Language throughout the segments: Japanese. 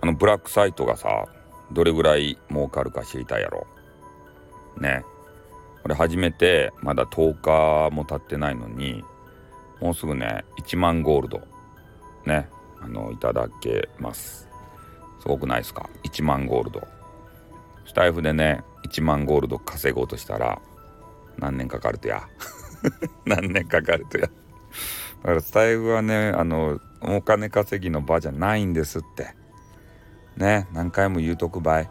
ブラックサイトがさ、どれぐらい儲かるか知りたいやろね。これ始めてまだ10日も経ってないのに、もうすぐね1万ゴールドねいただけます。すごくないですか？ 1 万ゴールド。スタイフでね1万ゴールド稼ごうとしたら何年かかるとや何年かかるとや。だからスタイフはねお金稼ぎの場じゃないんですってね。何回も言うとくばい。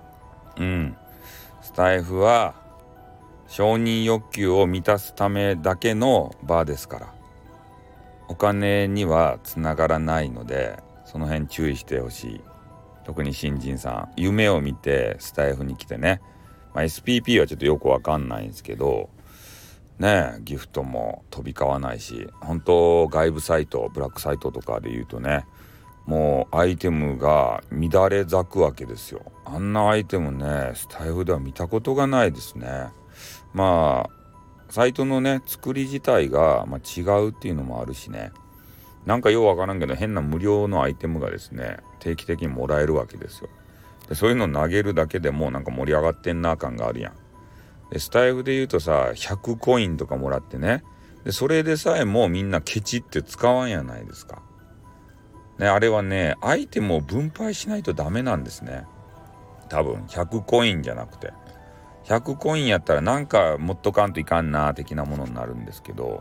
スタイフは承認欲求を満たすためだけの場ですから、お金にはつながらないので、その辺注意してほしい。特に新人さん、夢を見てスタイフに来てね、SPP はちょっとよくわかんないんですけどね、ギフトも飛び交わないし、本当外部サイト、ブラックサイトとかで言うとね、もうアイテムが乱れ咲くわけですよ。あんなアイテムねスタイフでは見たことがないですね。サイトのね作り自体が、違うっていうのもあるしね、なんかようわからんけど変な無料のアイテムがですね定期的にもらえるわけですよ。でそういうの投げるだけでもなんか盛り上がってんな感があるやん。でスタイフで言うとさ100コインとかもらってね、でそれでさえもみんなケチって使わんやないですかね。あれはねアイテムを分配しないとダメなんですね。多分100コインじゃなくて100コインやったらなんか持っとかんといかんな的なものになるんですけど、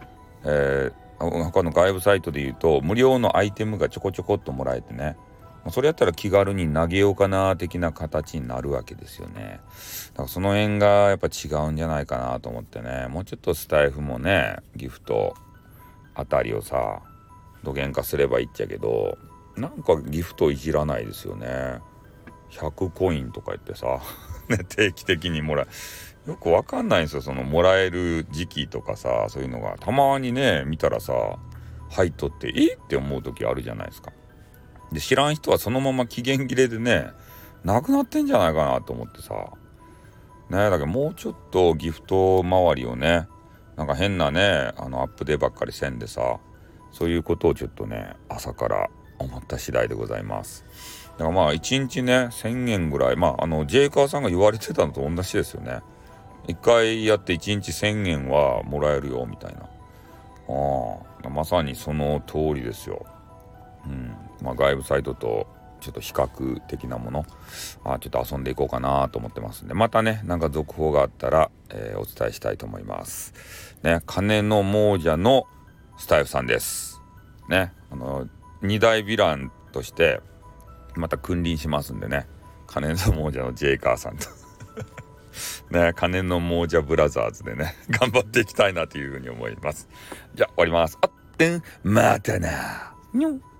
他の外部サイトで言うと無料のアイテムがちょこちょこっともらえてね、それやったら気軽に投げようかな的な形になるわけですよね。だからその辺がやっぱ違うんじゃないかなと思ってね、もうちょっとスタイフもねギフトあたりをさどげんかすればいいっちゃけど、なんかギフトいじらないですよね。100コインとか言ってさね、定期的にもらう、よくわかんないんですよ。そのもらえる時期とかさ、そういうのがたまにね見たらさ入っとってって思う時あるじゃないですか。で知らん人はそのまま期限切れでねなくなってんじゃないかなと思ってさね。だけどもうちょっとギフト周りをね、なんか変なねアップデーばっかりせんでさ、そういうことをちょっとね朝から思った次第でございます。だから1日ね1000円ぐらい、ジェイカーさんが言われてたのと同じですよね。1回やって1日1000円はもらえるよみたいな。まさにその通りですよ。外部サイトとちょっと比較的なもの、ちょっと遊んでいこうかなと思ってますんで、またねなんか続報があったら、お伝えしたいと思いますね。金の亡者のスタイフさんですね。二大ヴィランとしてまた君臨しますんでね、金の亡者のジェイカーさんとね、金の亡者ブラザーズでね頑張っていきたいなというふうに思います。じゃあ終わります。またなにょん。